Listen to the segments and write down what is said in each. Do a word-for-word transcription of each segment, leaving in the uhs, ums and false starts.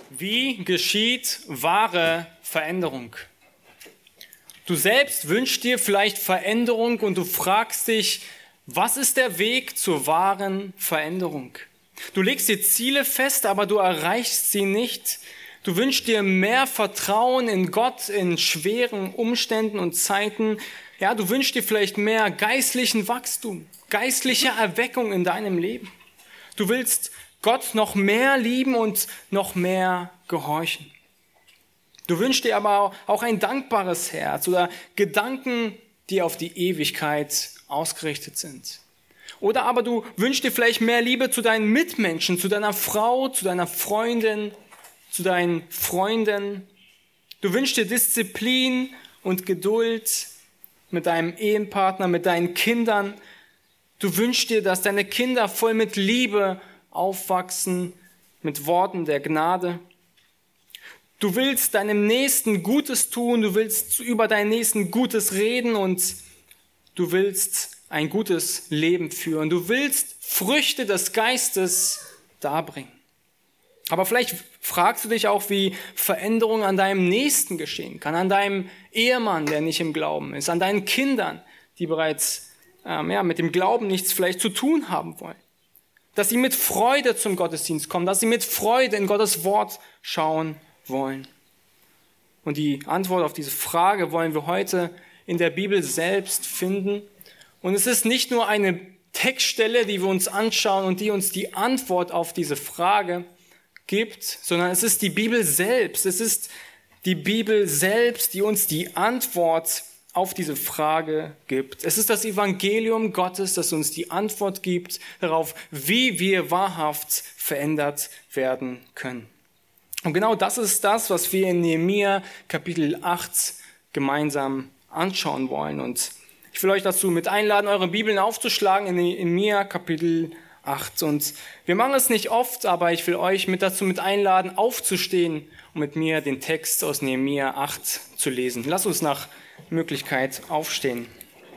Wie geschieht wahre Veränderung? Du selbst wünschst dir vielleicht Veränderung und du fragst dich, was ist der Weg zur wahren Veränderung? Du legst dir Ziele fest, aber du erreichst sie nicht. Du wünschst dir mehr Vertrauen in Gott in schweren Umständen und Zeiten. Ja, du wünschst dir vielleicht mehr geistlichen Wachstum, geistliche Erweckung in deinem Leben. Du willst Gott noch mehr lieben und noch mehr gehorchen. Du wünschst dir aber auch ein dankbares Herz oder Gedanken, die auf die Ewigkeit ausgerichtet sind. Oder aber du wünschst dir vielleicht mehr Liebe zu deinen Mitmenschen, zu deiner Frau, zu deiner Freundin, zu deinen Freunden. Du wünschst dir Disziplin und Geduld mit deinem Ehepartner, mit deinen Kindern. Du wünschst dir, dass deine Kinder voll mit Liebe aufwachsen, mit Worten der Gnade. Du willst deinem Nächsten Gutes tun, du willst über deinen Nächsten Gutes reden und du willst ein gutes Leben führen. Du willst Früchte des Geistes darbringen. Aber vielleicht fragst du dich auch, wie Veränderung an deinem Nächsten geschehen kann, an deinem Ehemann, der nicht im Glauben ist, an deinen Kindern, die bereits ähm, ja, mit dem Glauben nichts vielleicht zu tun haben wollen. Dass sie mit Freude zum Gottesdienst kommen, dass sie mit Freude in Gottes Wort schauen wollen. Und die Antwort auf diese Frage wollen wir heute in der Bibel selbst finden. Und es ist nicht nur eine Textstelle, die wir uns anschauen und die uns die Antwort auf diese Frage gibt, sondern es ist die Bibel selbst. Es ist die Bibel selbst, die uns die Antwort auf diese Frage gibt. Es ist das Evangelium Gottes, das uns die Antwort gibt darauf, wie wir wahrhaft verändert werden können. Und genau das ist das, was wir in Nehemia Kapitel acht gemeinsam anschauen wollen. Und ich will euch dazu mit einladen, eure Bibeln aufzuschlagen in Nehemia Kapitel acht. Und wir machen es nicht oft, aber ich will euch mit dazu mit einladen, aufzustehen und mit mir den Text aus Nehemia acht zu lesen. Lasst uns nach Möglichkeit aufstehen.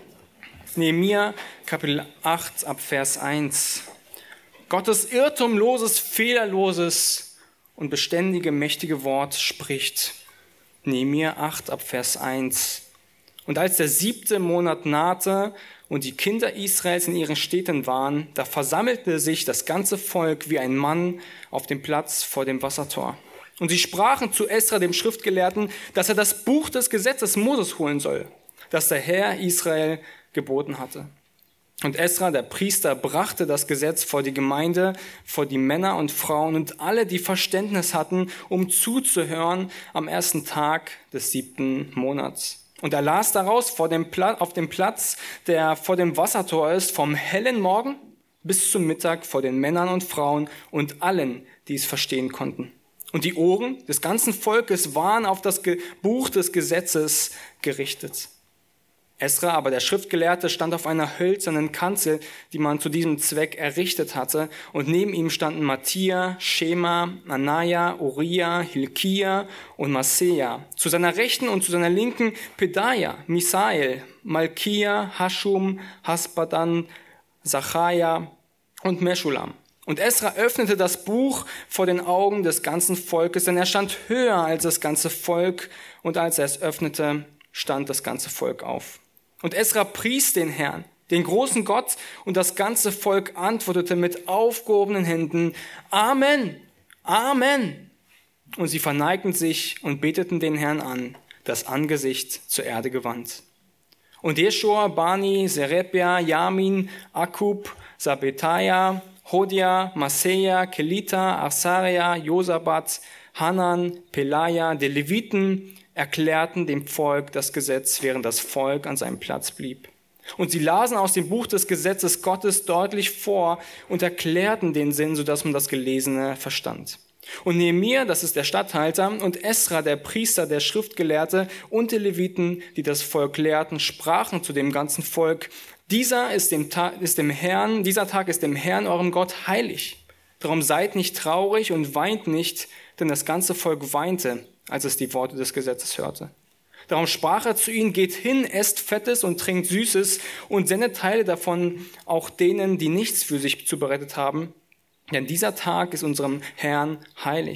Nehemia Kapitel acht ab Vers eins. Gottes irrtumloses, fehlerloses und beständige, mächtige Wort spricht. Nehemia acht ab Vers eins. Und als der siebte Monat nahte und die Kinder Israels in ihren Städten waren, da versammelte sich das ganze Volk wie ein Mann auf dem Platz vor dem Wassertor. Und sie sprachen zu Esra, dem Schriftgelehrten, dass er das Buch des Gesetzes Moses holen soll, das der Herr Israel geboten hatte. Und Esra, der Priester, brachte das Gesetz vor die Gemeinde, vor die Männer und Frauen und alle, die Verständnis hatten, um zuzuhören am ersten Tag des siebten Monats. Und er las daraus vor dem Pla- auf dem Platz, der vor dem Wassertor ist, vom hellen Morgen bis zum Mittag vor den Männern und Frauen und allen, die es verstehen konnten. Und die Ohren des ganzen Volkes waren auf das Ge- Buch des Gesetzes gerichtet. Esra, aber der Schriftgelehrte, stand auf einer hölzernen Kanzel, die man zu diesem Zweck errichtet hatte, und neben ihm standen Mattia, Schema, Anaya, Uriah, Hilkia und Maseja. Zu seiner Rechten und zu seiner Linken Pedaja, Misael, Malkia, Hashum, Hasbadan, Zacharia und Meschulam. Und Esra öffnete das Buch vor den Augen des ganzen Volkes, denn er stand höher als das ganze Volk, und als er es öffnete, stand das ganze Volk auf. Und Esra pries den Herrn, den großen Gott, und das ganze Volk antwortete mit aufgehobenen Händen, Amen, Amen. Und sie verneigten sich und beteten den Herrn an, das Angesicht zur Erde gewandt. Und Jeschua, Bani, Serebia, Yamin, Akub, Sabetaja, Hodia, Maseja, Kelita, Asaria, Josabat, Hanan, Pelaja, die Leviten, erklärten dem Volk das Gesetz, während das Volk an seinem Platz blieb. Und sie lasen aus dem Buch des Gesetzes Gottes deutlich vor und erklärten den Sinn, sodass man das Gelesene verstand. Und Nehemia, das ist der Statthalter, und Esra, der Priester, der Schriftgelehrte, und die Leviten, die das Volk lehrten, sprachen zu dem ganzen Volk, dieser ist dem, Ta- ist dem Herrn, dieser Tag ist dem Herrn, eurem Gott, heilig. Darum seid nicht traurig und weint nicht, denn das ganze Volk weinte, als es die Worte des Gesetzes hörte. Darum sprach er zu ihnen, geht hin, esst Fettes und trinkt Süßes und sendet Teile davon auch denen, die nichts für sich zubereitet haben. Denn dieser Tag ist unserem Herrn heilig.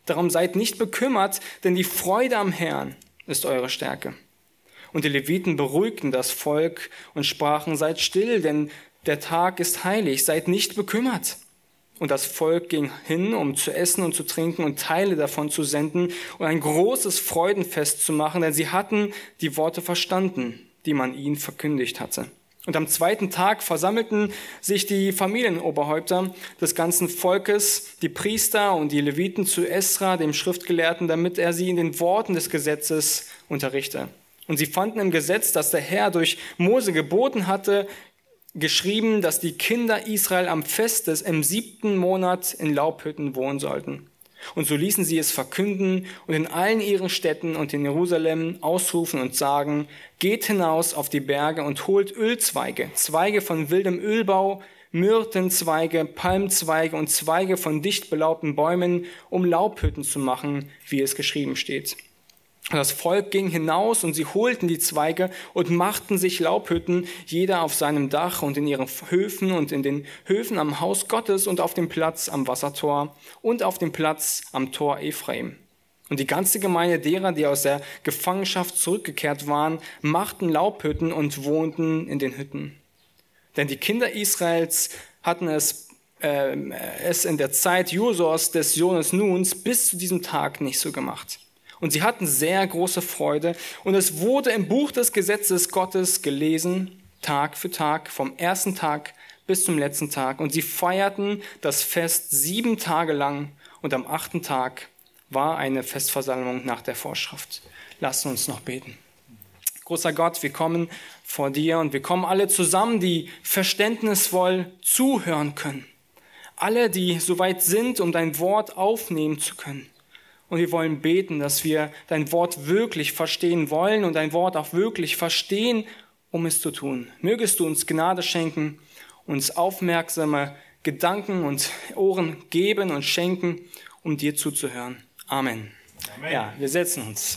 Darum seid nicht bekümmert, denn die Freude am Herrn ist eure Stärke. Und die Leviten beruhigten das Volk und sprachen, seid still, denn der Tag ist heilig, seid nicht bekümmert. Und das Volk ging hin, um zu essen und zu trinken und Teile davon zu senden und ein großes Freudenfest zu machen, denn sie hatten die Worte verstanden, die man ihnen verkündigt hatte. Und am zweiten Tag versammelten sich die Familienoberhäupter des ganzen Volkes, die Priester und die Leviten zu Esra, dem Schriftgelehrten, damit er sie in den Worten des Gesetzes unterrichte. Und sie fanden im Gesetz, das der Herr durch Mose geboten hatte, geschrieben, dass die Kinder Israel am Festes im siebten Monat in Laubhütten wohnen sollten. Und so ließen sie es verkünden und in allen ihren Städten und in Jerusalem ausrufen und sagen, geht hinaus auf die Berge und holt Ölzweige, Zweige von wildem Ölbau, Myrtenzweige, Palmzweige und Zweige von dicht belaubten Bäumen, um Laubhütten zu machen, wie es geschrieben steht. Und das Volk ging hinaus und sie holten die Zweige und machten sich Laubhütten, jeder auf seinem Dach und in ihren Höfen und in den Höfen am Haus Gottes und auf dem Platz am Wassertor und auf dem Platz am Tor Ephraim. Und die ganze Gemeinde derer, die aus der Gefangenschaft zurückgekehrt waren, machten Laubhütten und wohnten in den Hütten. Denn die Kinder Israels hatten es, äh, es in der Zeit Josors des Sohnes Nuns bis zu diesem Tag nicht so gemacht. Und sie hatten sehr große Freude. Und es wurde im Buch des Gesetzes Gottes gelesen, Tag für Tag, vom ersten Tag bis zum letzten Tag. Und sie feierten das Fest sieben Tage lang. Und am achten Tag war eine Festversammlung nach der Vorschrift. Lasst uns noch beten. Großer Gott, wir kommen vor dir und wir kommen alle zusammen, die verständnisvoll zuhören können. Alle, die soweit sind, um dein Wort aufnehmen zu können. Und wir wollen beten, dass wir dein Wort wirklich verstehen wollen und dein Wort auch wirklich verstehen, um es zu tun. Mögest du uns Gnade schenken, uns aufmerksame Gedanken und Ohren geben und schenken, um dir zuzuhören. Amen. Amen. Ja, wir setzen uns.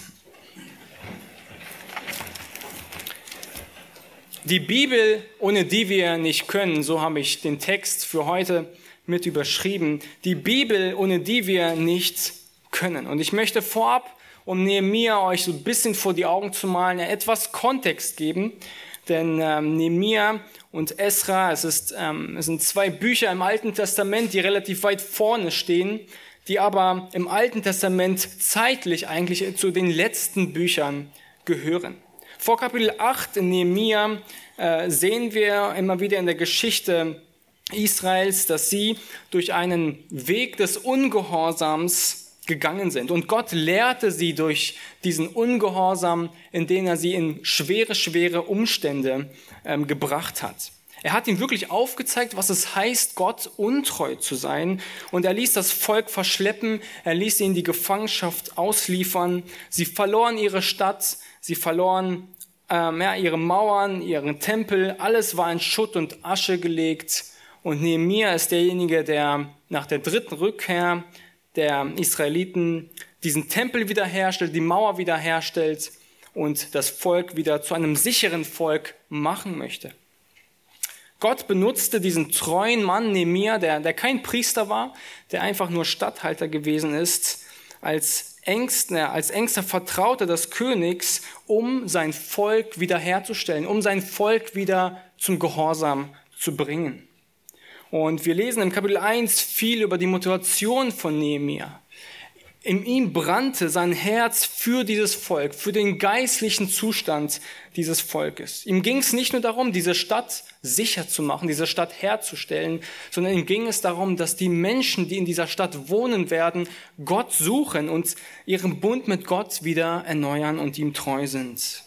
Die Bibel, ohne die wir nicht können, so habe ich den Text für heute mit überschrieben. Die Bibel, ohne die wir nicht können. Und ich möchte vorab, um Nehemia euch so ein bisschen vor die Augen zu malen, etwas Kontext geben. Denn ähm, Nehemia und Esra, es, ist, ähm, es sind zwei Bücher im Alten Testament, die relativ weit vorne stehen, die aber im Alten Testament zeitlich eigentlich zu den letzten Büchern gehören. Vor Kapitel acht in Nehemia äh, sehen wir immer wieder in der Geschichte Israels, dass sie durch einen Weg des Ungehorsams gegangen sind. Und Gott lehrte sie durch diesen Ungehorsam, indem er sie in schwere, schwere Umstände ähm, gebracht hat. Er hat ihnen wirklich aufgezeigt, was es heißt, Gott untreu zu sein. Und er ließ das Volk verschleppen, er ließ ihnen die Gefangenschaft ausliefern. Sie verloren ihre Stadt, sie verloren ähm, ja, ihre Mauern, ihren Tempel. Alles war in Schutt und Asche gelegt. Und Nehemia ist derjenige, der nach der dritten Rückkehr der Israeliten diesen Tempel wiederherstellt, die Mauer wiederherstellt und das Volk wieder zu einem sicheren Volk machen möchte. Gott benutzte diesen treuen Mann Nehemia, der, der kein Priester war, der einfach nur Statthalter gewesen ist, als engster, als engster Vertrauter des Königs, um sein Volk wiederherzustellen, um sein Volk wieder zum Gehorsam zu bringen. Und wir lesen im Kapitel eins viel über die Motivation von Nehemia. In ihm brannte sein Herz für dieses Volk, für den geistlichen Zustand dieses Volkes. Ihm ging es nicht nur darum, diese Stadt sicher zu machen, diese Stadt herzustellen, sondern ihm ging es darum, dass die Menschen, die in dieser Stadt wohnen werden, Gott suchen und ihren Bund mit Gott wieder erneuern und ihm treu sind.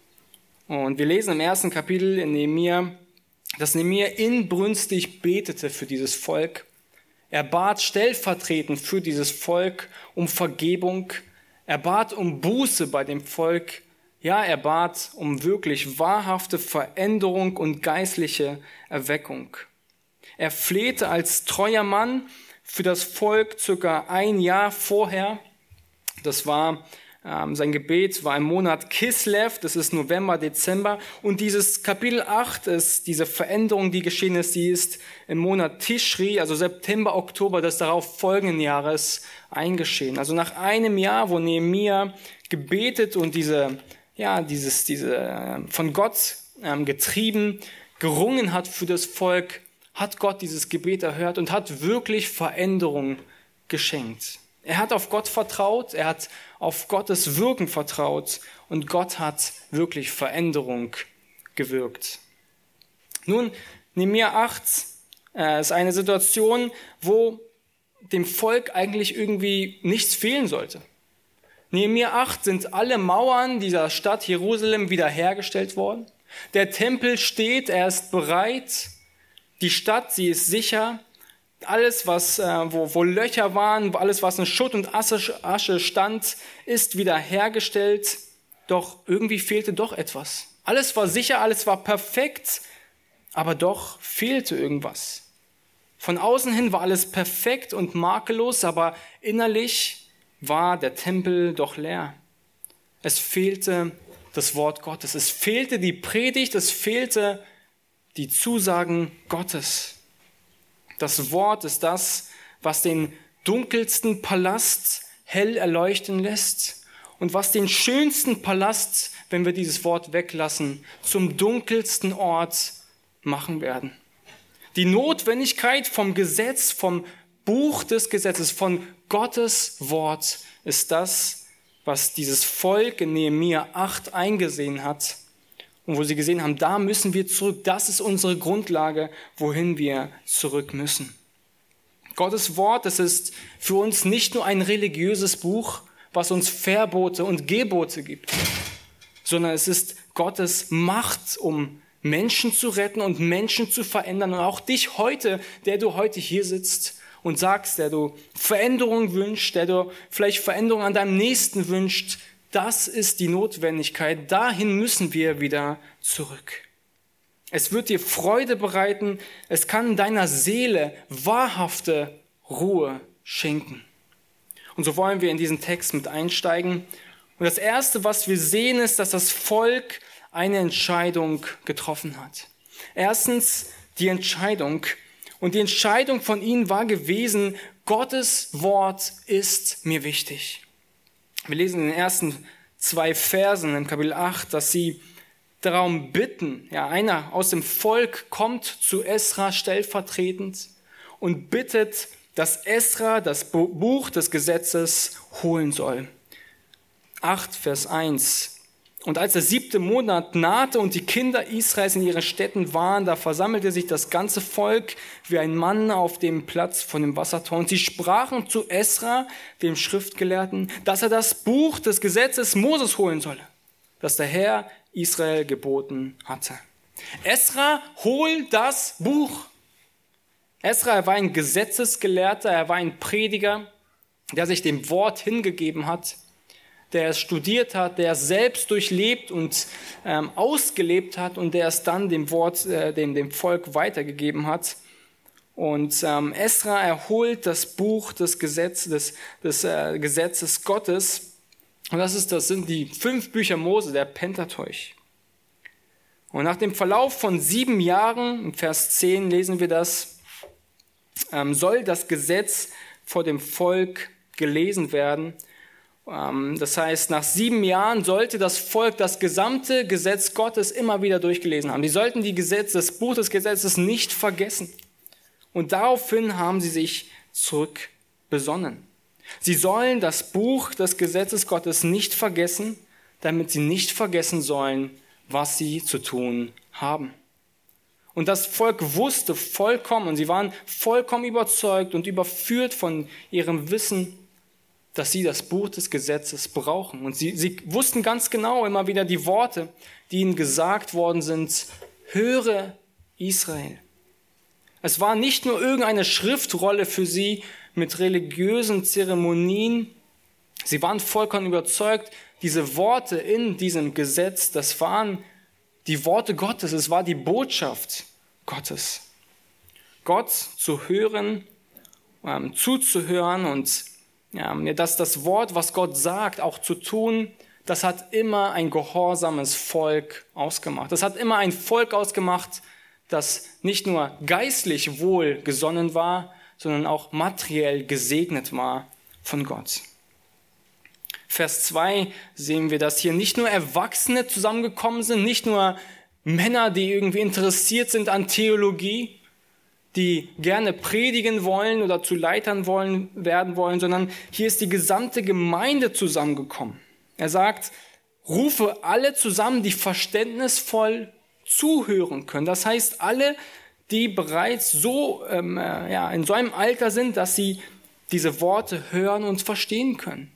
Und wir lesen im ersten Kapitel in Nehemia, dass Nehemia inbrünstig betete für dieses Volk. Er bat stellvertretend für dieses Volk um Vergebung. Er bat um Buße bei dem Volk. Ja, er bat um wirklich wahrhafte Veränderung und geistliche Erweckung. Er flehte als treuer Mann für das Volk circa ein Jahr vorher. Das war Ähm, sein Gebet war im Monat Kislev, das ist November, Dezember. Und dieses Kapitel acht ist diese Veränderung, die geschehen ist, die ist im Monat Tischri, also September, Oktober des darauf folgenden Jahres eingeschehen. Also nach einem Jahr, wo Nehemia gebetet und diese, ja, dieses, diese von Gott ähm, getrieben, gerungen hat für das Volk, hat Gott dieses Gebet erhört und hat wirklich Veränderung geschenkt. Er hat auf Gott vertraut, er hat auf Gottes Wirken vertraut und Gott hat wirklich Veränderung gewirkt. Nun, Nehemia acht äh, ist eine Situation, wo dem Volk eigentlich irgendwie nichts fehlen sollte. Nehemia acht sind alle Mauern dieser Stadt Jerusalem wiederhergestellt worden. Der Tempel steht, er ist bereit. Die Stadt, sie ist sicher. Alles, was, äh, wo, wo Löcher waren, alles, was in Schutt und Asche, Asche stand, ist wiederhergestellt. Doch irgendwie fehlte doch etwas. Alles war sicher, alles war perfekt, aber doch fehlte irgendwas. Von außen hin war alles perfekt und makellos, aber innerlich war der Tempel doch leer. Es fehlte das Wort Gottes. Es fehlte die Predigt, es fehlte die Zusagen Gottes. Das Wort ist das, was den dunkelsten Palast hell erleuchten lässt und was den schönsten Palast, wenn wir dieses Wort weglassen, zum dunkelsten Ort machen werden. Die Notwendigkeit vom Gesetz, vom Buch des Gesetzes, von Gottes Wort ist das, was dieses Volk in Nehemia acht eingesehen hat und wo sie gesehen haben, da müssen wir zurück. Das ist unsere Grundlage, wohin wir zurück müssen. Gottes Wort, das ist für uns nicht nur ein religiöses Buch, was uns Verbote und Gebote gibt, sondern es ist Gottes Macht, um Menschen zu retten und Menschen zu verändern. Und auch dich heute, der du heute hier sitzt und sagst, der du Veränderung wünschst, der du vielleicht Veränderung an deinem Nächsten wünscht, das ist die Notwendigkeit. Dahin müssen wir wieder zurück. Es wird dir Freude bereiten. Es kann deiner Seele wahrhafte Ruhe schenken. Und so wollen wir in diesen Text mit einsteigen. Und das Erste, was wir sehen, ist, dass das Volk eine Entscheidung getroffen hat. Erstens die Entscheidung. Und die Entscheidung von ihnen war gewesen, Gottes Wort ist mir wichtig. Wir lesen in den ersten zwei Versen im Kapitel acht, dass sie darum bitten, ja, einer aus dem Volk kommt zu Esra stellvertretend und bittet, dass Esra das Buch des Gesetzes holen soll. acht, Vers eins. Und als der siebte Monat nahte und die Kinder Israels in ihren Städten waren, da versammelte sich das ganze Volk wie ein Mann auf dem Platz von dem Wassertor. Und sie sprachen zu Esra, dem Schriftgelehrten, dass er das Buch des Gesetzes Moses holen solle, das der Herr Israel geboten hatte. Esra, hol das Buch. Esra, er war ein Gesetzesgelehrter, er war ein Prediger, der sich dem Wort hingegeben hat, der es studiert hat, der es selbst durchlebt und ähm, ausgelebt hat und der es dann dem Wort, äh, dem, dem Volk weitergegeben hat. Und ähm, Esra erholt das Buch des Gesetzes, des, des äh, Gesetzes Gottes. Und das, ist, das sind die fünf Bücher Mose, der Pentateuch. Und nach dem Verlauf von sieben Jahren, im Vers zehn lesen wir das, ähm, soll das Gesetz vor dem Volk gelesen werden. Das heißt, nach sieben Jahren sollte das Volk das gesamte Gesetz Gottes immer wieder durchgelesen haben. Die sollten die Gesetze, das Buch des Gesetzes nicht vergessen. Und daraufhin haben sie sich zurück besonnen. Sie sollen das Buch des Gesetzes Gottes nicht vergessen, damit sie nicht vergessen sollen, was sie zu tun haben. Und das Volk wusste vollkommen, und sie waren vollkommen überzeugt und überführt von ihrem Wissen, dass sie das Buch des Gesetzes brauchen. Und sie, sie wussten ganz genau immer wieder die Worte, die ihnen gesagt worden sind, höre Israel. Es war nicht nur irgendeine Schriftrolle für sie mit religiösen Zeremonien. Sie waren vollkommen überzeugt, diese Worte in diesem Gesetz, das waren die Worte Gottes, es war die Botschaft Gottes. Gott zu hören, ähm, zuzuhören und Ja, dass das Wort, was Gott sagt, auch zu tun, das hat immer ein gehorsames Volk ausgemacht. Das hat immer ein Volk ausgemacht, das nicht nur geistlich wohlgesonnen war, sondern auch materiell gesegnet war von Gott. Vers zwei sehen wir, dass hier nicht nur Erwachsene zusammengekommen sind, nicht nur Männer, die irgendwie interessiert sind an Theologie, die gerne predigen wollen oder zu Leitern wollen, werden wollen, sondern hier ist die gesamte Gemeinde zusammengekommen. Er sagt, rufe alle zusammen, die verständnisvoll zuhören können. Das heißt, alle, die bereits so ähm, äh, ja, in so einem Alter sind, dass sie diese Worte hören und verstehen können.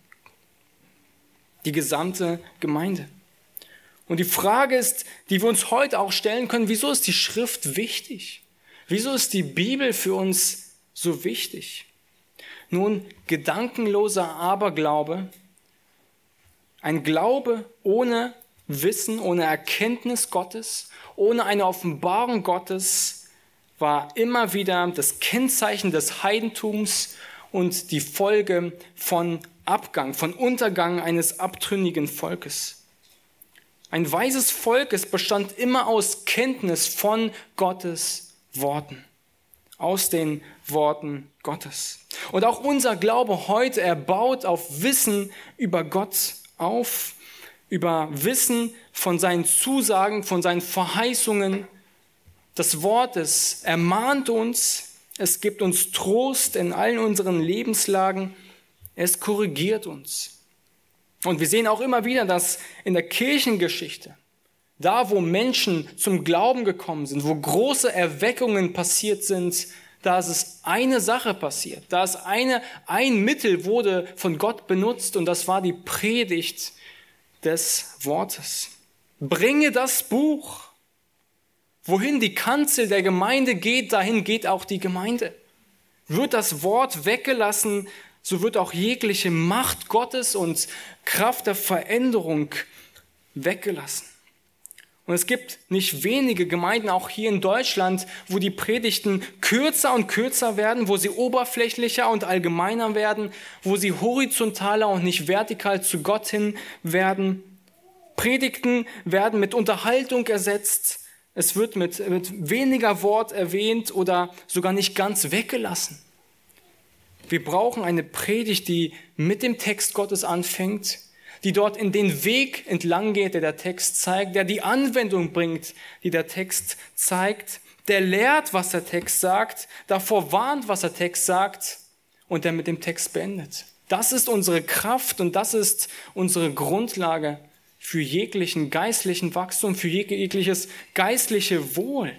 Die gesamte Gemeinde. Und die Frage ist, die wir uns heute auch stellen können, wieso ist die Schrift wichtig? Wieso ist die Bibel für uns so wichtig? Nun, gedankenloser Aberglaube, ein Glaube ohne Wissen, ohne Erkenntnis Gottes, ohne eine Offenbarung Gottes, war immer wieder das Kennzeichen des Heidentums und die Folge von Abgang, von Untergang eines abtrünnigen Volkes. Ein weises Volk, es bestand immer aus Kenntnis von Gottes Worten, aus den Worten Gottes. Und auch unser Glaube heute, er baut auf Wissen über Gott auf, über Wissen von seinen Zusagen, von seinen Verheißungen. Das Wort, es ermahnt uns, es gibt uns Trost in allen unseren Lebenslagen, es korrigiert uns. Und wir sehen auch immer wieder, dass in der Kirchengeschichte, da wo Menschen zum Glauben gekommen sind, wo große Erweckungen passiert sind, da ist es eine Sache passiert. Da ist eine, ein Mittel wurde von Gott benutzt und das war die Predigt des Wortes. Bringe das Buch. Wohin die Kanzel der Gemeinde geht, dahin geht auch die Gemeinde. Wird das Wort weggelassen, so wird auch jegliche Macht Gottes und Kraft der Veränderung weggelassen. Und es gibt nicht wenige Gemeinden, auch hier in Deutschland, wo die Predigten kürzer und kürzer werden, wo sie oberflächlicher und allgemeiner werden, wo sie horizontaler und nicht vertikal zu Gott hin werden. Predigten werden mit Unterhaltung ersetzt. Es wird mit, mit weniger Wort erwähnt oder sogar nicht ganz weggelassen. Wir brauchen eine Predigt, die mit dem Text Gottes anfängt, die dort in den Weg entlang geht, der der Text zeigt, der die Anwendung bringt, die der Text zeigt, der lehrt, was der Text sagt, davor warnt, was der Text sagt und der mit dem Text beendet. Das ist unsere Kraft und das ist unsere Grundlage für jeglichen geistlichen Wachstum, für jegliches geistliche Wohl.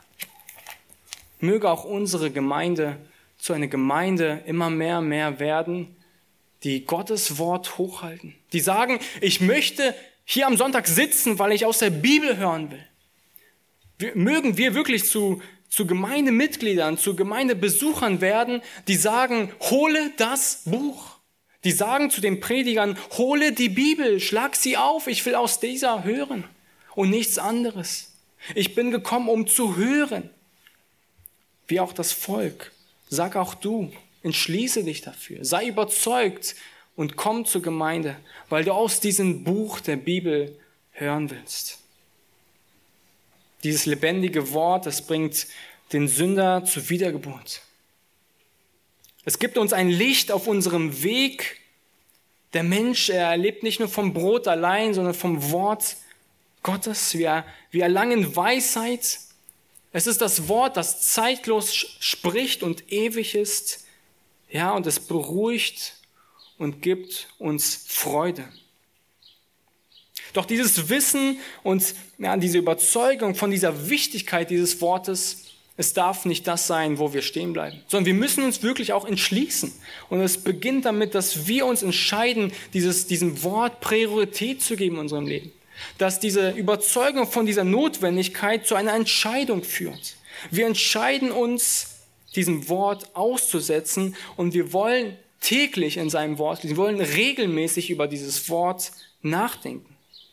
Möge auch unsere Gemeinde zu einer Gemeinde immer mehr, mehr werden, die Gottes Wort hochhalten. Die sagen, ich möchte hier am Sonntag sitzen, weil ich aus der Bibel hören will. Wir, mögen wir wirklich zu, zu Gemeindemitgliedern, zu Gemeindebesuchern werden, die sagen, hole das Buch. Die sagen zu den Predigern, hole die Bibel, schlag sie auf, ich will aus dieser hören und nichts anderes. Ich bin gekommen, um zu hören. Wie auch das Volk. Sag auch du, entschließe dich dafür, sei überzeugt und komm zur Gemeinde, weil du aus diesem Buch der Bibel hören willst. Dieses lebendige Wort, das bringt den Sünder zur Wiedergeburt. Es gibt uns ein Licht auf unserem Weg. Der Mensch, er lebt nicht nur vom Brot allein, sondern vom Wort Gottes. Wir, wir erlangen Weisheit. Es ist das Wort, das zeitlos spricht und ewig ist. Ja, und es beruhigt und gibt uns Freude. Doch dieses Wissen und ja, diese Überzeugung von dieser Wichtigkeit dieses Wortes, es darf nicht das sein, wo wir stehen bleiben, sondern wir müssen uns wirklich auch entschließen. Und es beginnt damit, dass wir uns entscheiden, dieses, diesem Wort Priorität zu geben in unserem Leben. Dass diese Überzeugung von dieser Notwendigkeit zu einer Entscheidung führt. Wir entscheiden uns, diesem Wort auszusetzen und wir wollen täglich in seinem Wort lesen. Wir wollen regelmäßig über dieses Wort nachdenken.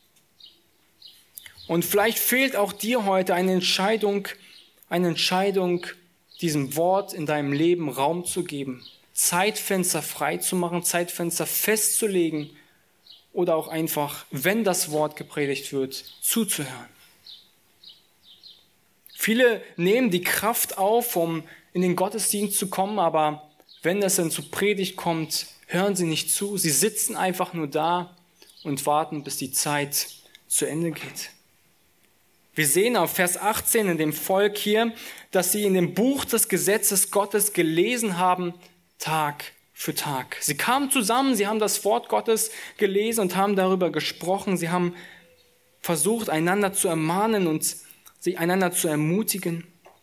Und vielleicht fehlt auch dir heute eine Entscheidung, eine Entscheidung, diesem Wort in deinem Leben Raum zu geben, Zeitfenster freizumachen, Zeitfenster festzulegen oder auch einfach, wenn das Wort gepredigt wird, zuzuhören. Viele nehmen die Kraft auf, um in den Gottesdienst zu kommen, aber wenn es dann zur Predigt kommt, hören sie nicht zu. Sie sitzen einfach nur da und warten, bis die Zeit zu Ende geht. Wir sehen auf Vers achtzehn in dem Volk hier, dass sie in dem Buch des Gesetzes Gottes gelesen haben, Tag für Tag. Sie kamen zusammen, sie haben das Wort Gottes gelesen und haben darüber gesprochen. Sie haben versucht, einander zu ermahnen und sich einander zu ermutigen.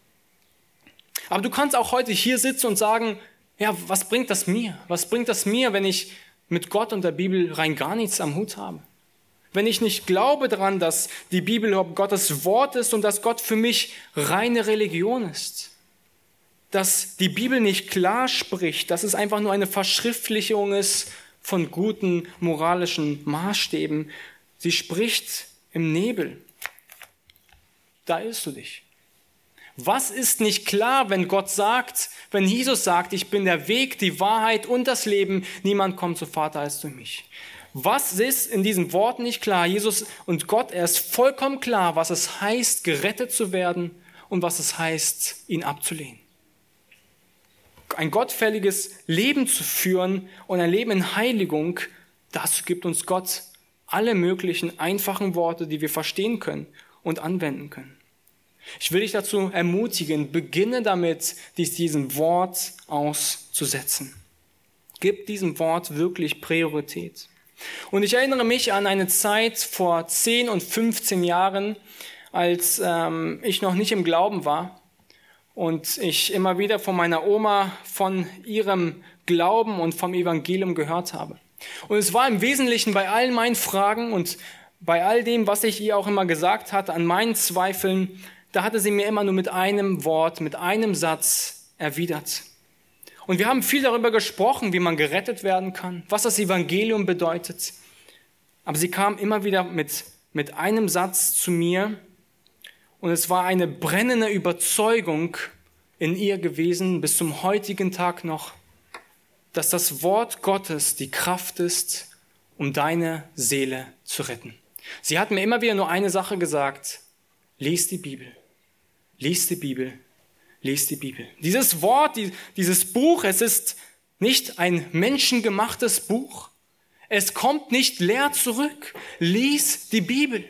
Aber du kannst auch heute hier sitzen und sagen, ja, was bringt das mir? Was bringt das mir, wenn ich mit Gott und der Bibel rein gar nichts am Hut habe? Wenn ich nicht glaube daran, dass die Bibel Gottes Wort ist und dass Gott für mich reine Religion ist. Dass die Bibel nicht klar spricht, dass es einfach nur eine Verschriftlichung ist von guten moralischen Maßstäben. Sie spricht im Nebel. Da irrst du dich. Was ist nicht klar, wenn Gott sagt, wenn Jesus sagt, ich bin der Weg, die Wahrheit und das Leben, niemand kommt zum Vater als durch mich? Was ist in diesem Wort nicht klar? Jesus und Gott, er ist vollkommen klar, was es heißt, gerettet zu werden und was es heißt, ihn abzulehnen. Ein gottfälliges Leben zu führen und ein Leben in Heiligung, dazu gibt uns Gott alle möglichen einfachen Worte, die wir verstehen können und anwenden können. Ich will dich dazu ermutigen, beginne damit, dies diesem Wort auszusetzen. Gib diesem Wort wirklich Priorität. Und ich erinnere mich an eine Zeit vor zehn und fünfzehn Jahren, als ähm, ich noch nicht im Glauben war und ich immer wieder von meiner Oma von ihrem Glauben und vom Evangelium gehört habe. Und es war im Wesentlichen bei allen meinen Fragen und bei all dem, was ich ihr auch immer gesagt hatte, an meinen Zweifeln, da hatte sie mir immer nur mit einem Wort, mit einem Satz erwidert. Und wir haben viel darüber gesprochen, wie man gerettet werden kann, was das Evangelium bedeutet. Aber sie kam immer wieder mit, mit einem Satz zu mir und es war eine brennende Überzeugung in ihr gewesen, bis zum heutigen Tag noch, dass das Wort Gottes die Kraft ist, um deine Seele zu retten. Sie hat mir immer wieder nur eine Sache gesagt: Lies die Bibel, lies die Bibel, lies die Bibel. Dieses Wort, dieses Buch, es ist nicht ein menschengemachtes Buch. Es kommt nicht leer zurück. Lies die Bibel.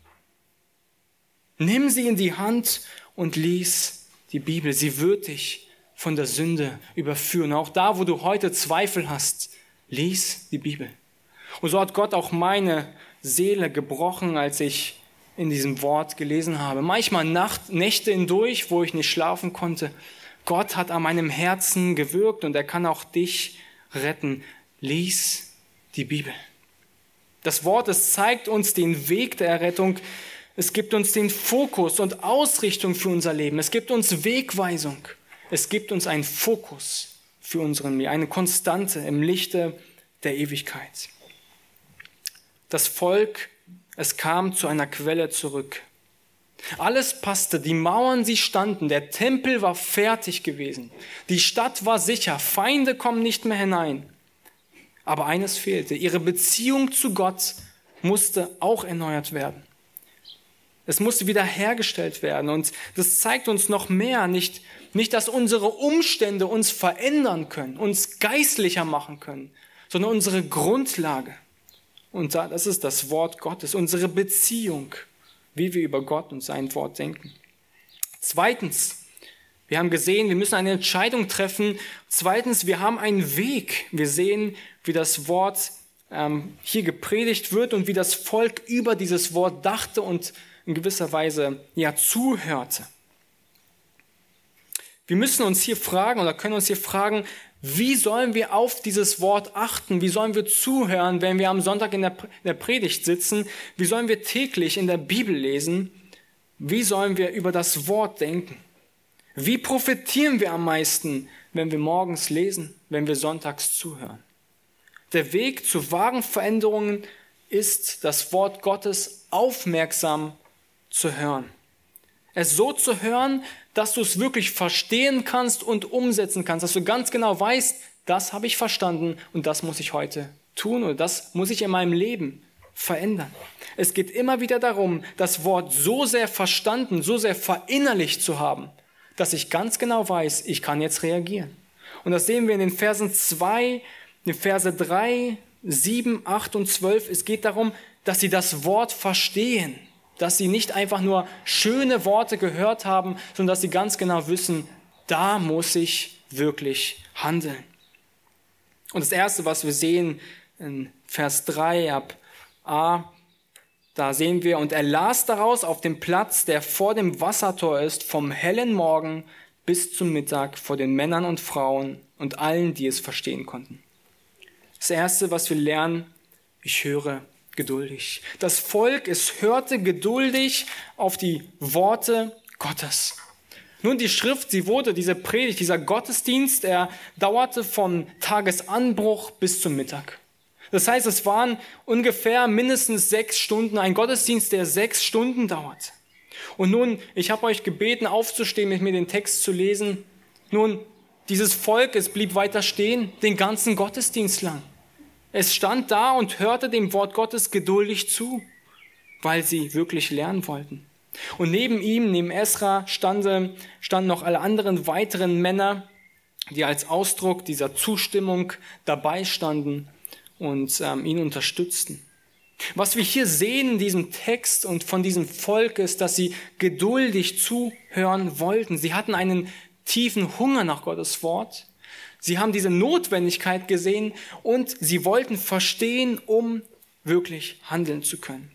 Nimm sie in die Hand und lies die Bibel. Sie wird dich von der Sünde überführen. Auch da, wo du heute Zweifel hast, lies die Bibel. Und so hat Gott auch meine Seele gebrochen, als ich in diesem Wort gelesen habe. Manchmal Nacht, Nächte hindurch, wo ich nicht schlafen konnte. Gott hat an meinem Herzen gewirkt und er kann auch dich retten. Lies die Bibel. Das Wort, es zeigt uns den Weg der Errettung. Es gibt uns den Fokus und Ausrichtung für unser Leben. Es gibt uns Wegweisung. Es gibt uns einen Fokus für unseren Leben, eine Konstante im Lichte der Ewigkeit. Das Volk, es kam zu einer Quelle zurück. Alles passte, die Mauern, sie standen, der Tempel war fertig gewesen, die Stadt war sicher, Feinde kommen nicht mehr hinein. Aber eines fehlte, ihre Beziehung zu Gott musste auch erneuert werden. Es musste wiederhergestellt werden und das zeigt uns noch mehr, nicht, nicht, dass unsere Umstände uns verändern können, uns geistlicher machen können, sondern unsere Grundlage. Und das ist das Wort Gottes, unsere Beziehung, wie wir über Gott und sein Wort denken. Zweitens, wir haben gesehen, wir müssen eine Entscheidung treffen. Zweitens, wir haben einen Weg. Wir sehen, wie das Wort ähm, hier gepredigt wird und wie das Volk über dieses Wort dachte und in gewisser Weise ja zuhörte. Wir müssen uns hier fragen oder können uns hier fragen, wie sollen wir auf dieses Wort achten? Wie sollen wir zuhören, wenn wir am Sonntag in der, in der Predigt sitzen? Wie sollen wir täglich in der Bibel lesen? Wie sollen wir über das Wort denken? Wie profitieren wir am meisten, wenn wir morgens lesen, wenn wir sonntags zuhören? Der Weg zu wahren Veränderungen ist, das Wort Gottes aufmerksam zu hören. Es so zu hören, dass du es wirklich verstehen kannst und umsetzen kannst, dass du ganz genau weißt, das habe ich verstanden und das muss ich heute tun oder das muss ich in meinem Leben verändern. Es geht immer wieder darum, das Wort so sehr verstanden, so sehr verinnerlicht zu haben, dass ich ganz genau weiß, ich kann jetzt reagieren. Und das sehen wir in den Versen zwei, in den Verse drei, sieben, acht und zwölf. Es geht darum, dass sie das Wort verstehen, dass sie nicht einfach nur schöne Worte gehört haben, sondern dass sie ganz genau wissen, da muss ich wirklich handeln. Und das Erste, was wir sehen in Vers drei ab A, da sehen wir, und er las daraus auf dem Platz, der vor dem Wassertor ist, vom hellen Morgen bis zum Mittag vor den Männern und Frauen und allen, die es verstehen konnten. Das Erste, was wir lernen, ich höre geduldig. Das Volk, es hörte geduldig auf die Worte Gottes. Nun, die Schrift, sie wurde, diese Predigt, dieser Gottesdienst, er dauerte von Tagesanbruch bis zum Mittag. Das heißt, es waren ungefähr mindestens sechs Stunden, ein Gottesdienst, der sechs Stunden dauert. Und nun, ich habe euch gebeten, aufzustehen, mit mir den Text zu lesen. Nun, dieses Volk, es blieb weiter stehen, den ganzen Gottesdienst lang. Es stand da und hörte dem Wort Gottes geduldig zu, weil sie wirklich lernen wollten. Und neben ihm, neben Esra, standen, standen noch alle anderen weiteren Männer, die als Ausdruck dieser Zustimmung dabei standen und ähm, ihn unterstützten. Was wir hier sehen in diesem Text und von diesem Volk ist, dass sie geduldig zuhören wollten. Sie hatten einen tiefen Hunger nach Gottes Wort. Sie haben diese Notwendigkeit gesehen und sie wollten verstehen, um wirklich handeln zu können.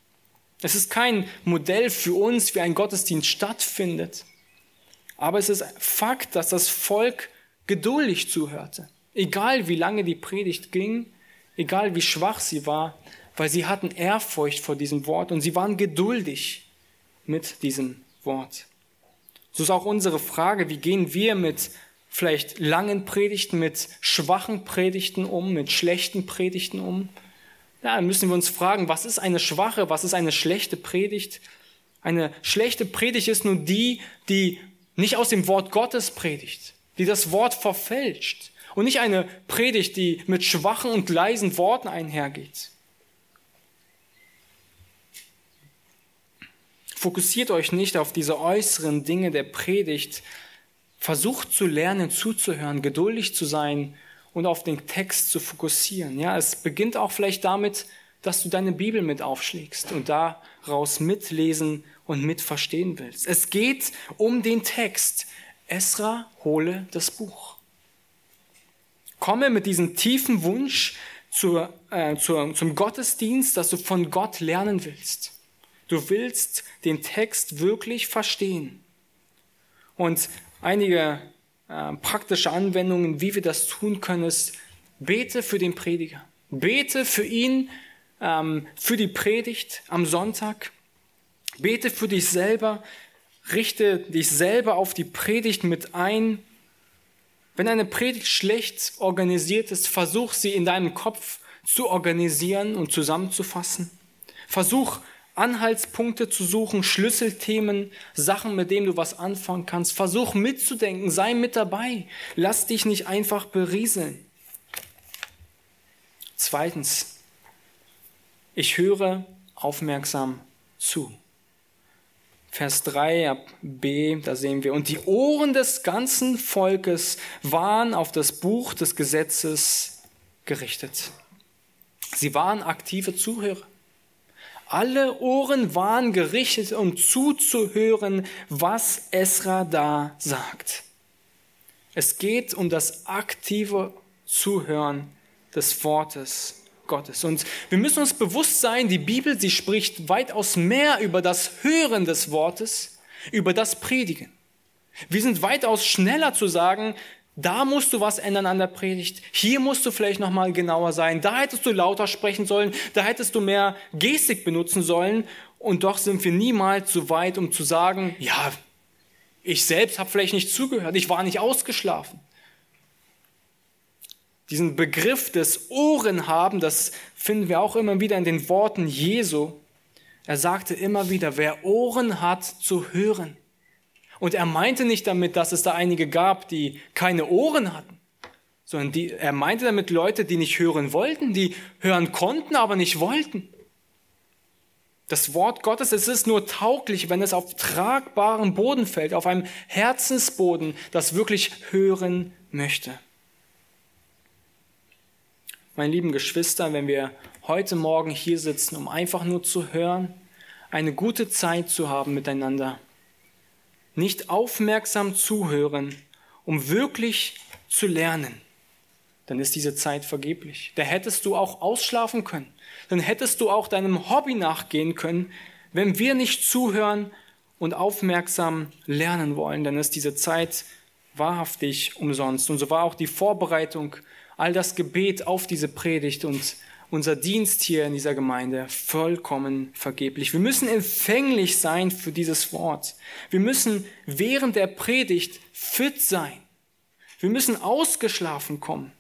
Es ist kein Modell für uns, wie ein Gottesdienst stattfindet. Aber es ist Fakt, dass das Volk geduldig zuhörte. Egal wie lange die Predigt ging, egal wie schwach sie war, weil sie hatten Ehrfurcht vor diesem Wort und sie waren geduldig mit diesem Wort. So ist auch unsere Frage, wie gehen wir mit vielleicht langen Predigten, mit schwachen Predigten um, mit schlechten Predigten um? Ja, dann müssen wir uns fragen, was ist eine schwache, was ist eine schlechte Predigt? Eine schlechte Predigt ist nun die, die nicht aus dem Wort Gottes predigt, die das Wort verfälscht und nicht eine Predigt, die mit schwachen und leisen Worten einhergeht. Fokussiert euch nicht auf diese äußeren Dinge der Predigt. Versucht zu lernen, zuzuhören, geduldig zu sein und auf den Text zu fokussieren. Ja, es beginnt auch vielleicht damit, dass du deine Bibel mit aufschlägst und daraus mitlesen und mitverstehen willst. Es geht um den Text. Esra, hole das Buch. Komme mit diesem tiefen Wunsch zur, äh, zur, zum Gottesdienst, dass du von Gott lernen willst. Du willst den Text wirklich verstehen. Und einige äh, praktische Anwendungen, wie wir das tun können, ist, bete für den Prediger. Bete für ihn, ähm, für die Predigt am Sonntag. Bete für dich selber. Richte dich selber auf die Predigt mit ein. Wenn eine Predigt schlecht organisiert ist, versuch sie in deinem Kopf zu organisieren und zusammenzufassen. Versuch Anhaltspunkte zu suchen, Schlüsselthemen, Sachen, mit denen du was anfangen kannst. Versuch mitzudenken, sei mit dabei. Lass dich nicht einfach berieseln. Zweitens, ich höre aufmerksam zu. Vers drei ab B, da sehen wir, und die Ohren des ganzen Volkes waren auf das Buch des Gesetzes gerichtet. Sie waren aktive Zuhörer. Alle Ohren waren gerichtet, um zuzuhören, was Esra da sagt. Es geht um das aktive Zuhören des Wortes Gottes. Und wir müssen uns bewusst sein, die Bibel, sie spricht weitaus mehr über das Hören des Wortes, über das Predigen. Wir sind weitaus schneller zu sagen, da musst du was ändern an der Predigt. Hier musst du vielleicht nochmal genauer sein. Da hättest du lauter sprechen sollen. Da hättest du mehr Gestik benutzen sollen. Und doch sind wir niemals so weit, um zu sagen, ja, ich selbst habe vielleicht nicht zugehört. Ich war nicht ausgeschlafen. Diesen Begriff des Ohrenhaben, das finden wir auch immer wieder in den Worten Jesu. Er sagte immer wieder, wer Ohren hat zu hören. Und er meinte nicht damit, dass es da einige gab, die keine Ohren hatten, sondern die, er meinte damit Leute, die nicht hören wollten, die hören konnten, aber nicht wollten. Das Wort Gottes, es ist nur tauglich, wenn es auf tragbarem Boden fällt, auf einem Herzensboden, das wirklich hören möchte. Meine lieben Geschwister, wenn wir heute Morgen hier sitzen, um einfach nur zu hören, eine gute Zeit zu haben miteinander, nicht aufmerksam zuhören, um wirklich zu lernen, dann ist diese Zeit vergeblich. Da hättest du auch ausschlafen können. Dann hättest du auch deinem Hobby nachgehen können. Wenn wir nicht zuhören und aufmerksam lernen wollen, dann ist diese Zeit wahrhaftig umsonst. Und so war auch die Vorbereitung, all das Gebet auf diese Predigt und unser Dienst hier in dieser Gemeinde vollkommen vergeblich. Wir müssen empfänglich sein für dieses Wort. Wir müssen während der Predigt fit sein. Wir müssen ausgeschlafen kommen.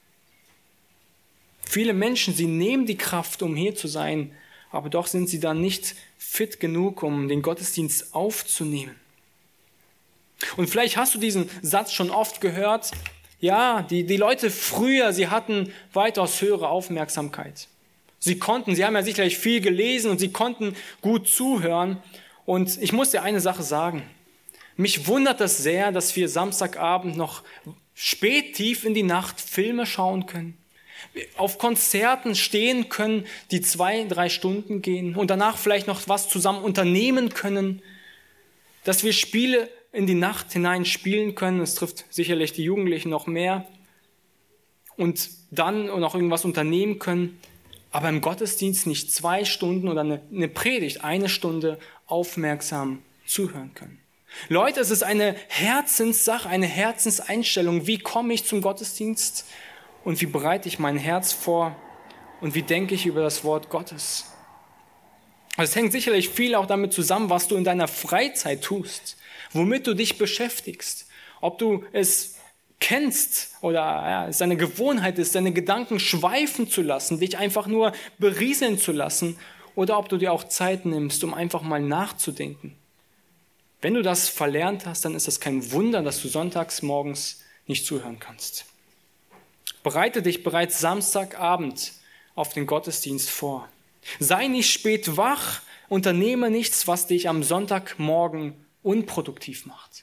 Viele Menschen, sie nehmen die Kraft, um hier zu sein, aber doch sind sie dann nicht fit genug, um den Gottesdienst aufzunehmen. Und vielleicht hast du diesen Satz schon oft gehört. Ja, die, die Leute früher, sie hatten weitaus höhere Aufmerksamkeit. Sie konnten, sie haben ja sicherlich viel gelesen und sie konnten gut zuhören. Und ich muss dir eine Sache sagen. Mich wundert es sehr, dass wir Samstagabend noch spät tief in die Nacht Filme schauen können. Auf Konzerten stehen können, die zwei, drei Stunden gehen und danach vielleicht noch was zusammen unternehmen können, dass wir Spiele in die Nacht hinein spielen können, das trifft sicherlich die Jugendlichen noch mehr, und dann noch irgendwas unternehmen können, aber im Gottesdienst nicht zwei Stunden oder eine, eine Predigt, eine Stunde aufmerksam zuhören können. Leute, es ist eine Herzenssache, eine Herzenseinstellung. Wie komme ich zum Gottesdienst? Und wie bereite ich mein Herz vor und wie denke ich über das Wort Gottes? Es hängt sicherlich viel auch damit zusammen, was du in deiner Freizeit tust, womit du dich beschäftigst. Ob du es kennst oder ja, es eine Gewohnheit ist, deine Gedanken schweifen zu lassen, dich einfach nur berieseln zu lassen, oder ob du dir auch Zeit nimmst, um einfach mal nachzudenken. Wenn du das verlernt hast, dann ist es kein Wunder, dass du sonntags morgens nicht zuhören kannst. Bereite dich bereits Samstagabend auf den Gottesdienst vor. Sei nicht spät wach, unternehme nichts, was dich am Sonntagmorgen unproduktiv macht.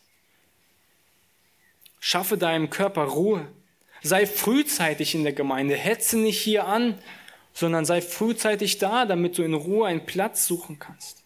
Schaffe deinem Körper Ruhe. Sei frühzeitig in der Gemeinde. Hetze nicht hier an, sondern sei frühzeitig da, damit du in Ruhe einen Platz suchen kannst.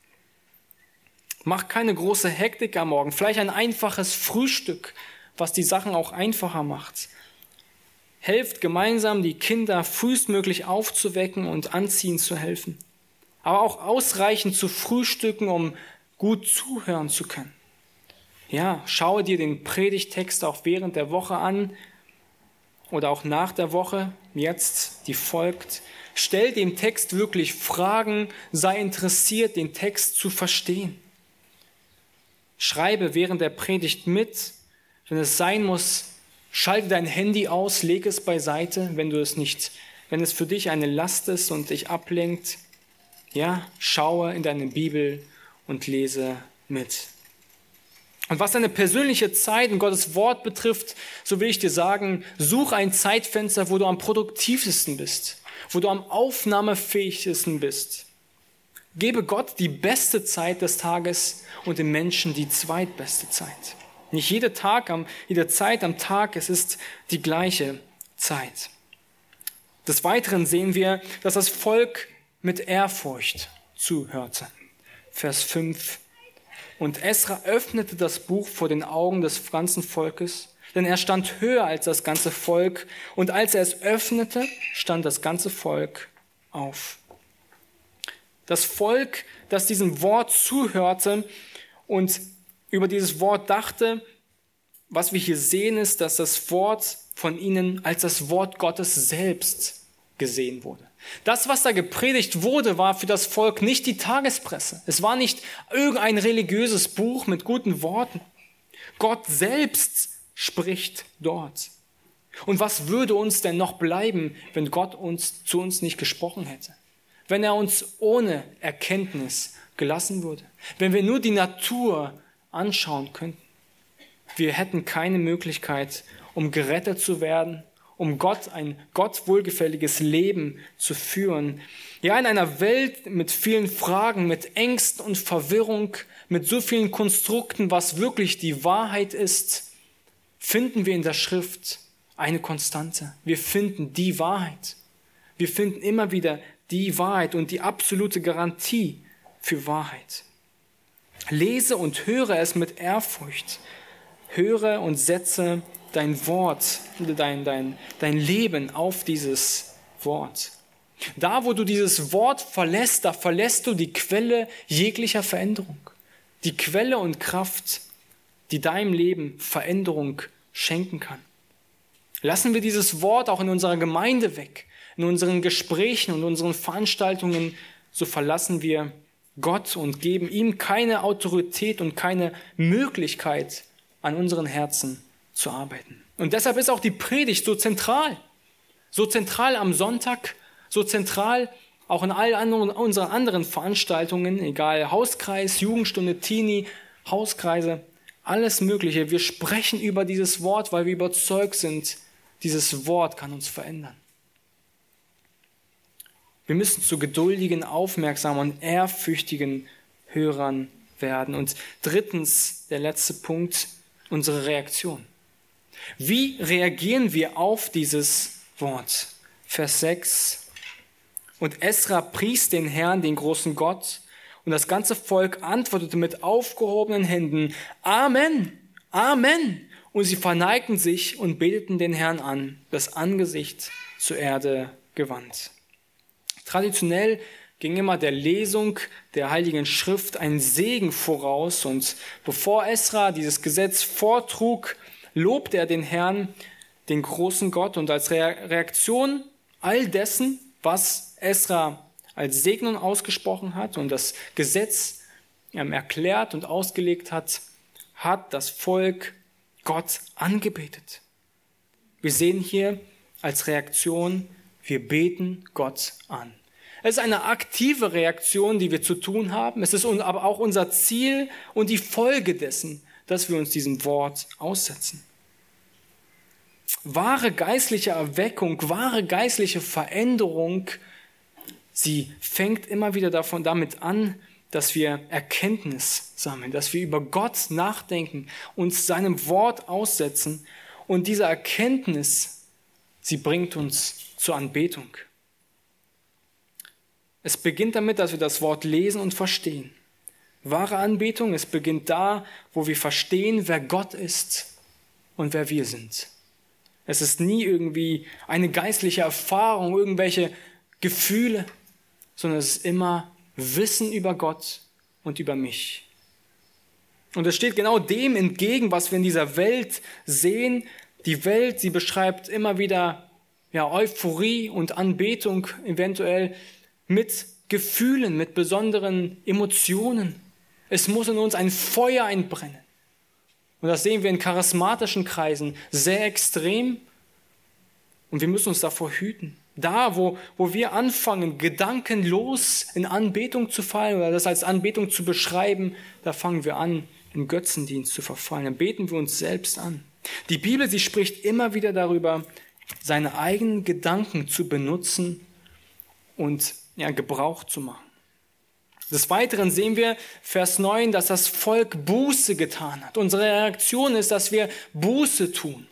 Mach keine große Hektik am Morgen. Vielleicht ein einfaches Frühstück, was die Sachen auch einfacher macht. Helft gemeinsam, die Kinder frühestmöglich aufzuwecken und anziehen zu helfen. Aber auch ausreichend zu frühstücken, um gut zuhören zu können. Ja, schaue dir den Predigtext auch während der Woche an oder auch nach der Woche, jetzt, die folgt. Stell dem Text wirklich Fragen, sei interessiert, den Text zu verstehen. Schreibe während der Predigt mit, wenn es sein muss. Schalte dein Handy aus, leg es beiseite, wenn du es nicht, wenn es für dich eine Last ist und dich ablenkt. Ja, schaue in deine Bibel und lese mit. Und was deine persönliche Zeit und Gottes Wort betrifft, so will ich dir sagen, such ein Zeitfenster, wo du am produktivsten bist, wo du am aufnahmefähigsten bist. Gebe Gott die beste Zeit des Tages und dem Menschen die zweitbeste Zeit. Nicht jeder Tag, jede Zeit am Tag, es ist die gleiche Zeit. Des Weiteren sehen wir, dass das Volk mit Ehrfurcht zuhörte. Vers fünf. Und Esra öffnete das Buch vor den Augen des ganzen Volkes, denn er stand höher als das ganze Volk. Und als er es öffnete, stand das ganze Volk auf. Das Volk, das diesem Wort zuhörte und über dieses Wort dachte, was wir hier sehen, ist, dass das Wort von ihnen als das Wort Gottes selbst gesehen wurde. Das, was da gepredigt wurde, war für das Volk nicht die Tagespresse. Es war nicht irgendein religiöses Buch mit guten Worten. Gott selbst spricht dort. Und was würde uns denn noch bleiben, wenn Gott uns zu uns nicht gesprochen hätte? Wenn er uns ohne Erkenntnis gelassen würde? Wenn wir nur die Natur anschauen könnten. Wir hätten keine Möglichkeit, um gerettet zu werden, um Gott ein Gott wohlgefälliges Leben zu führen. Ja, in einer Welt mit vielen Fragen, mit Ängsten und Verwirrung, mit so vielen Konstrukten, was wirklich die Wahrheit ist, finden wir in der Schrift eine Konstante. Wir finden die Wahrheit. Wir finden immer wieder die Wahrheit und die absolute Garantie für Wahrheit. Lese und höre es mit Ehrfurcht. Höre und setze dein Wort, dein, dein, dein Leben auf dieses Wort. Da, wo du dieses Wort verlässt, da verlässt du die Quelle jeglicher Veränderung. Die Quelle und Kraft, die deinem Leben Veränderung schenken kann. Lassen wir dieses Wort auch in unserer Gemeinde weg, in unseren Gesprächen und unseren Veranstaltungen, so verlassen wir Gott und geben ihm keine Autorität und keine Möglichkeit, an unseren Herzen zu arbeiten. Und deshalb ist auch die Predigt so zentral. So zentral am Sonntag, so zentral auch in all anderen, unseren anderen Veranstaltungen, egal Hauskreis, Jugendstunde, Teenie, Hauskreise, alles Mögliche. Wir sprechen über dieses Wort, weil wir überzeugt sind, dieses Wort kann uns verändern. Wir müssen zu geduldigen, aufmerksamen und ehrfürchtigen Hörern werden. Und drittens, der letzte Punkt, unsere Reaktion. Wie reagieren wir auf dieses Wort? Vers sechs. Und Esra pries den Herrn, den großen Gott, und das ganze Volk antwortete mit aufgehobenen Händen, Amen, Amen. Und sie verneigten sich und beteten den Herrn an, das Angesicht zur Erde gewandt. Traditionell ging immer der Lesung der Heiligen Schrift ein Segen voraus, und bevor Esra dieses Gesetz vortrug, lobte er den Herrn, den großen Gott, und als Reaktion all dessen, was Esra als Segnung ausgesprochen hat und das Gesetz ähm, erklärt und ausgelegt hat, hat das Volk Gott angebetet. Wir sehen hier als Reaktion, wir beten Gott an. Es ist eine aktive Reaktion, die wir zu tun haben. Es ist aber auch unser Ziel und die Folge dessen, dass wir uns diesem Wort aussetzen. Wahre geistliche Erweckung, wahre geistliche Veränderung, sie fängt immer wieder davon damit an, dass wir Erkenntnis sammeln, dass wir über Gott nachdenken, uns seinem Wort aussetzen, und diese Erkenntnis, sie bringt uns zur Anbetung. Es beginnt damit, dass wir das Wort lesen und verstehen. Wahre Anbetung, es beginnt da, wo wir verstehen, wer Gott ist und wer wir sind. Es ist nie irgendwie eine geistliche Erfahrung, irgendwelche Gefühle, sondern es ist immer Wissen über Gott und über mich. Und es steht genau dem entgegen, was wir in dieser Welt sehen. Die Welt, sie beschreibt immer wieder ja, Euphorie und Anbetung, eventuell mit Gefühlen, mit besonderen Emotionen. Es muss in uns ein Feuer entbrennen. Und das sehen wir in charismatischen Kreisen sehr extrem. Und wir müssen uns davor hüten. Da, wo, wo wir anfangen, gedankenlos in Anbetung zu fallen oder das als Anbetung zu beschreiben, da fangen wir an, in Götzendienst zu verfallen. Dann beten wir uns selbst an. Die Bibel, sie spricht immer wieder darüber, seine eigenen Gedanken zu benutzen und ja, Gebrauch zu machen. Des Weiteren sehen wir, Vers neun, dass das Volk Buße getan hat. Unsere Reaktion ist, dass wir Buße tun.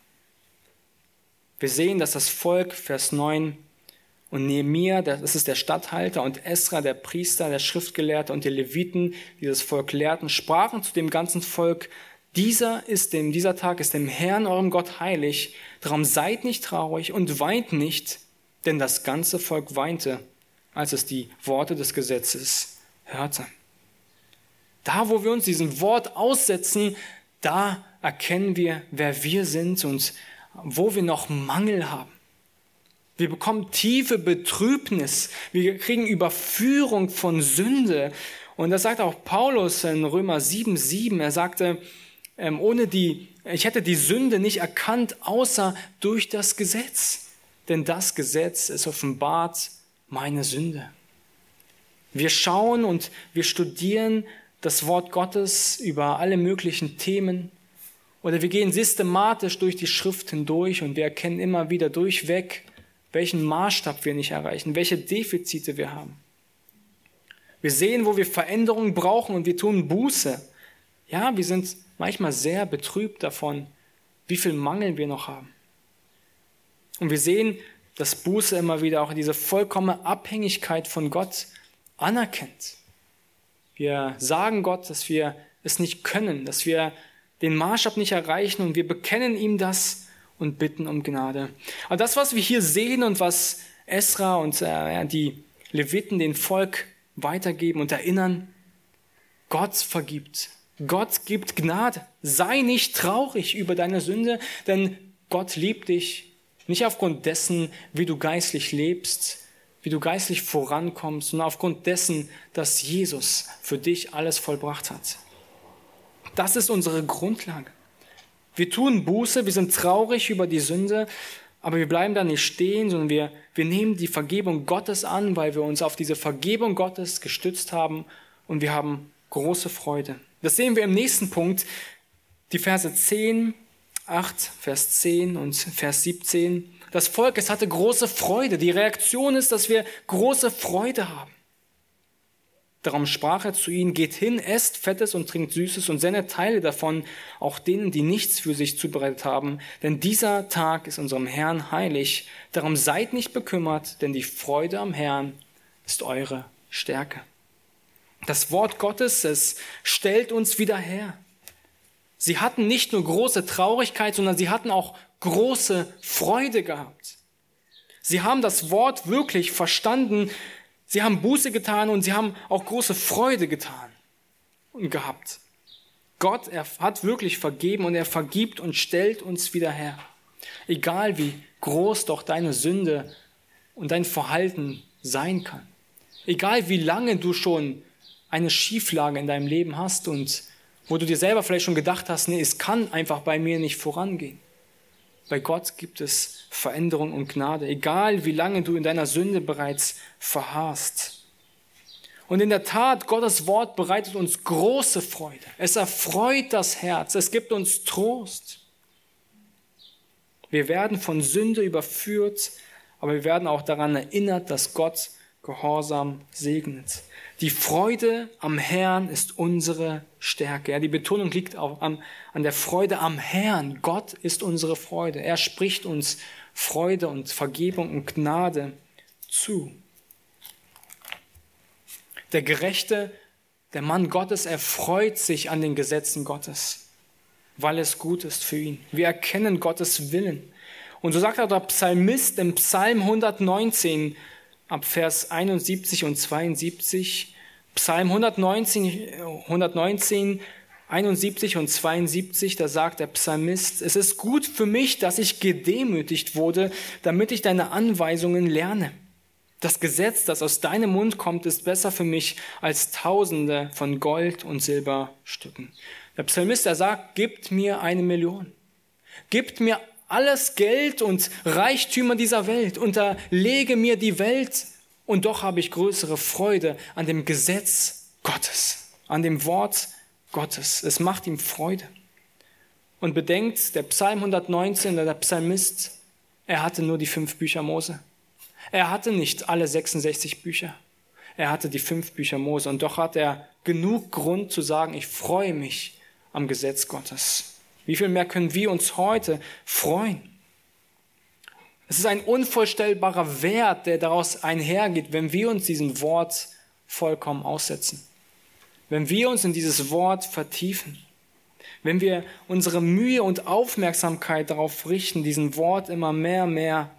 Wir sehen, dass das Volk, Vers neun, und Nehemia, das ist der Statthalter, und Esra, der Priester, der Schriftgelehrte, und die Leviten, die das Volk lehrten, sprachen zu dem ganzen Volk, dieser, ist dem, dieser Tag ist dem Herrn, eurem Gott, heilig. Darum seid nicht traurig und weint nicht, denn das ganze Volk weinte, als es die Worte des Gesetzes hörte. Da, wo wir uns diesem Wort aussetzen, da erkennen wir, wer wir sind und wo wir noch Mangel haben. Wir bekommen tiefe Betrübnis. Wir kriegen Überführung von Sünde. Und das sagt auch Paulus in Römer sieben, sieben. Er sagte, ähm, ohne die, ich hätte die Sünde nicht erkannt, außer durch das Gesetz. Denn das Gesetz, es offenbart meine Sünde. Wir schauen und wir studieren das Wort Gottes über alle möglichen Themen. Oder wir gehen systematisch durch die Schrift hindurch und wir erkennen immer wieder durchweg, welchen Maßstab wir nicht erreichen, welche Defizite wir haben. Wir sehen, wo wir Veränderungen brauchen und wir tun Buße. Ja, wir sind manchmal sehr betrübt davon, wie viel Mangel wir noch haben. Und wir sehen, dass Buße immer wieder auch diese vollkommene Abhängigkeit von Gott anerkennt. Wir sagen Gott, dass wir es nicht können, dass wir den Maßstab nicht erreichen und wir bekennen ihm das und bitten um Gnade. Aber das, was wir hier sehen und was Esra und äh, die Leviten den Volk weitergeben und erinnern, Gott vergibt. Gott gibt Gnade. Sei nicht traurig über deine Sünde, denn Gott liebt dich nicht aufgrund dessen, wie du geistlich lebst, wie du geistlich vorankommst, sondern aufgrund dessen, dass Jesus für dich alles vollbracht hat. Das ist unsere Grundlage. Wir tun Buße, wir sind traurig über die Sünde, aber wir bleiben da nicht stehen, sondern wir, wir nehmen die Vergebung Gottes an, weil wir uns auf diese Vergebung Gottes gestützt haben und wir haben große Freude. Das sehen wir im nächsten Punkt, die Verse zehn, acht, Vers zehn und Vers siebzehn. Das Volk, es hatte große Freude. Die Reaktion ist, dass wir große Freude haben. Darum sprach er zu ihnen, geht hin, esst Fettes und trinkt Süßes und sendet Teile davon, auch denen, die nichts für sich zubereitet haben. Denn dieser Tag ist unserem Herrn heilig. Darum seid nicht bekümmert, denn die Freude am Herrn ist eure Stärke. Das Wort Gottes, es stellt uns wieder her. Sie hatten nicht nur große Traurigkeit, sondern sie hatten auch große Freude gehabt. Sie haben das Wort wirklich verstanden. Sie haben Buße getan und sie haben auch große Freude getan und gehabt. Gott, er hat wirklich vergeben und er vergibt und stellt uns wieder her. Egal wie groß doch deine Sünde und dein Verhalten sein kann. Egal wie lange du schon eine Schieflage in deinem Leben hast und wo du dir selber vielleicht schon gedacht hast, nee, es kann einfach bei mir nicht vorangehen. Bei Gott gibt es Veränderung und Gnade, egal wie lange du in deiner Sünde bereits verharrst. Und in der Tat, Gottes Wort bereitet uns große Freude. Es erfreut das Herz, es gibt uns Trost. Wir werden von Sünde überführt, aber wir werden auch daran erinnert, dass Gott Gehorsam segnet. Die Freude am Herrn ist unsere Stärke. Ja, die Betonung liegt auch an, an der Freude am Herrn. Gott ist unsere Freude. Er spricht uns Freude und Vergebung und Gnade zu. Der Gerechte, der Mann Gottes, erfreut sich an den Gesetzen Gottes, weil es gut ist für ihn. Wir erkennen Gottes Willen. Und so sagt auch der Psalmist im Psalm hundertneunzehn, ab Vers einundsiebzig und zweiundsiebzig, Psalm hundertneunzehn, hundertneunzehn, einundsiebzig und zweiundsiebzig, da sagt der Psalmist, es ist gut für mich, dass ich gedemütigt wurde, damit ich deine Anweisungen lerne. Das Gesetz, das aus deinem Mund kommt, ist besser für mich als Tausende von Gold- und Silberstücken. Der Psalmist, er sagt, gebt mir eine Million. Gebt mir alles Geld und Reichtümer dieser Welt, unterlege mir die Welt und doch habe ich größere Freude an dem Gesetz Gottes, an dem Wort Gottes. Es macht ihm Freude. Und bedenkt, der Psalm hundertneunzehn, der Psalmist, er hatte nur die fünf Bücher Mose. Er hatte nicht alle sechsundsechzig Bücher. Er hatte die fünf Bücher Mose und doch hat er genug Grund zu sagen, ich freue mich am Gesetz Gottes. Wie viel mehr können wir uns heute freuen? Es ist ein unvorstellbarer Wert, der daraus einhergeht, wenn wir uns diesem Wort vollkommen aussetzen. Wenn wir uns in dieses Wort vertiefen. Wenn wir unsere Mühe und Aufmerksamkeit darauf richten, diesen Wort immer mehr, mehr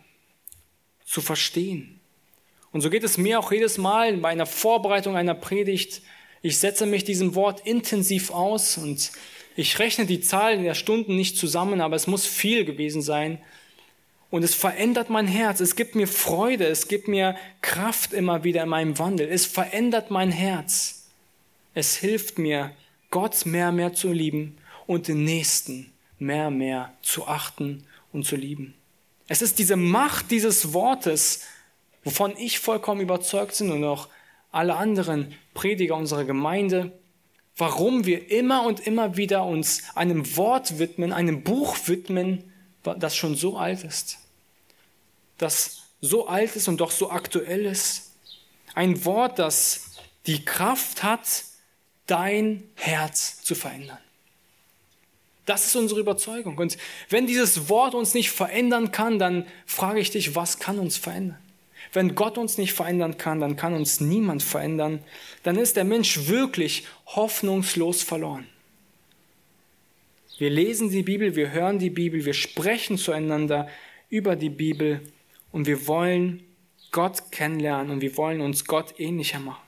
zu verstehen. Und so geht es mir auch jedes Mal bei einer Vorbereitung einer Predigt. Ich setze mich diesem Wort intensiv aus und ich rechne die Zahlen der Stunden nicht zusammen, aber es muss viel gewesen sein. Und es verändert mein Herz, es gibt mir Freude, es gibt mir Kraft immer wieder in meinem Wandel. Es verändert mein Herz. Es hilft mir, Gott mehr, mehr zu lieben und den Nächsten mehr, mehr zu achten und zu lieben. Es ist diese Macht dieses Wortes, wovon ich vollkommen überzeugt bin und auch alle anderen Prediger unserer Gemeinde. warum wir immer und immer wieder uns einem Wort widmen, einem Buch widmen, das schon so alt ist. Das so alt ist und doch so aktuell ist. Ein Wort, das die Kraft hat, dein Herz zu verändern. Das ist unsere Überzeugung. Und wenn dieses Wort uns nicht verändern kann, dann frage ich dich, was kann uns verändern? Wenn Gott uns nicht verändern kann, dann kann uns niemand verändern. Dann ist der Mensch wirklich hoffnungslos verloren. Wir lesen die Bibel, wir hören die Bibel, wir sprechen zueinander über die Bibel und wir wollen Gott kennenlernen und wir wollen uns Gott ähnlicher machen.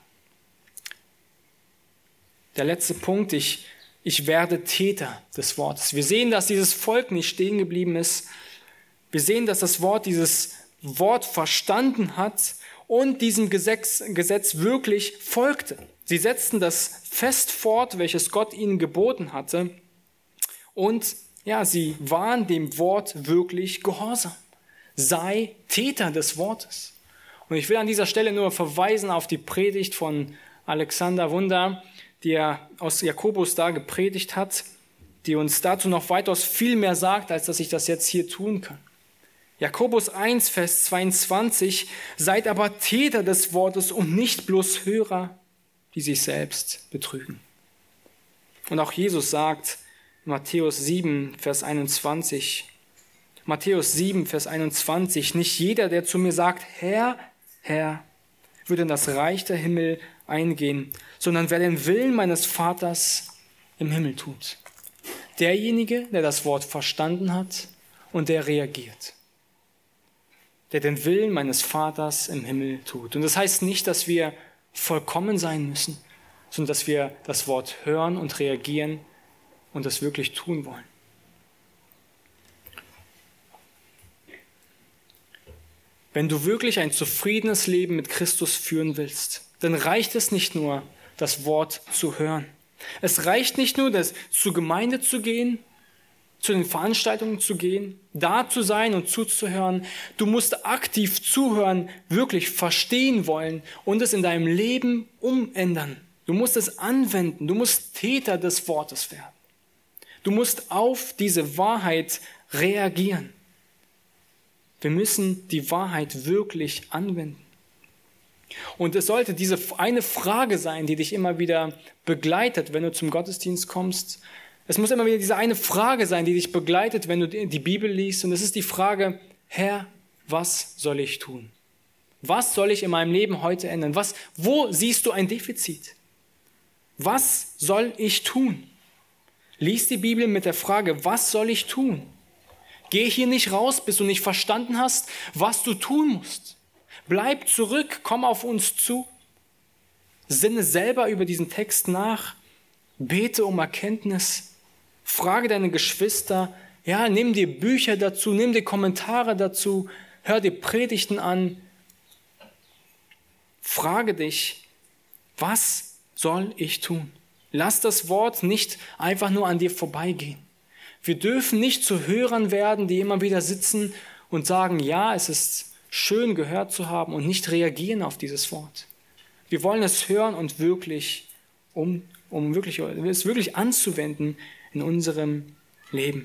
Der letzte Punkt, ich, ich werde Täter des Wortes. Wir sehen, dass dieses Volk nicht stehen geblieben ist. Wir sehen, dass das Wort dieses Wort verstanden hat und diesem Gesetz, Gesetz wirklich folgte. Sie setzten das Fest fort, welches Gott ihnen geboten hatte. Und ja, sie waren dem Wort wirklich gehorsam. Sei Täter des Wortes. Und ich will an dieser Stelle nur verweisen auf die Predigt von Alexander Wunder, die er aus Jakobus da gepredigt hat, die uns dazu noch weitaus viel mehr sagt, als dass ich das jetzt hier tun kann. Jakobus eins, Vers zweiundzwanzig, seid aber Täter des Wortes und nicht bloß Hörer, die sich selbst betrügen. Und auch Jesus sagt, Matthäus sieben, Vers einundzwanzig, Matthäus sieben, Vers einundzwanzig, nicht jeder, der zu mir sagt, Herr, Herr, wird in das Reich der Himmel eingehen, sondern wer den Willen meines Vaters im Himmel tut. Derjenige, der das Wort verstanden hat und der reagiert. Der den Willen meines Vaters im Himmel tut. Und das heißt nicht, dass wir vollkommen sein müssen, sondern dass wir das Wort hören und reagieren und das wirklich tun wollen. Wenn du wirklich ein zufriedenes Leben mit Christus führen willst, dann reicht es nicht nur, das Wort zu hören. Es reicht nicht nur, das zur Gemeinde zu gehen, zu den Veranstaltungen zu gehen, da zu sein und zuzuhören. Du musst aktiv zuhören, wirklich verstehen wollen und es in deinem Leben umändern. Du musst es anwenden. Du musst Täter des Wortes werden. Du musst auf diese Wahrheit reagieren. Wir müssen die Wahrheit wirklich anwenden. Und es sollte diese eine Frage sein, die dich immer wieder begleitet, wenn du zum Gottesdienst kommst. Es muss immer wieder diese eine Frage sein, die dich begleitet, wenn du die Bibel liest. Und es ist die Frage, Herr, was soll ich tun? Was soll ich in meinem Leben heute ändern? Was, wo siehst du ein Defizit? Was soll ich tun? Lies die Bibel mit der Frage, was soll ich tun? Geh hier nicht raus, bis du nicht verstanden hast, was du tun musst. Bleib zurück, komm auf uns zu. Sinne selber über diesen Text nach. Bete um Erkenntnis. Frage deine Geschwister. Ja, nimm dir Bücher dazu, nimm dir Kommentare dazu. Hör dir Predigten an. Frage dich, was soll ich tun? Lass das Wort nicht einfach nur an dir vorbeigehen. Wir dürfen nicht zu Hörern werden, die immer wieder sitzen und sagen, ja, es ist schön gehört zu haben und nicht reagieren auf dieses Wort. Wir wollen es hören und wirklich, um, um wirklich, es wirklich anzuwenden in unserem Leben.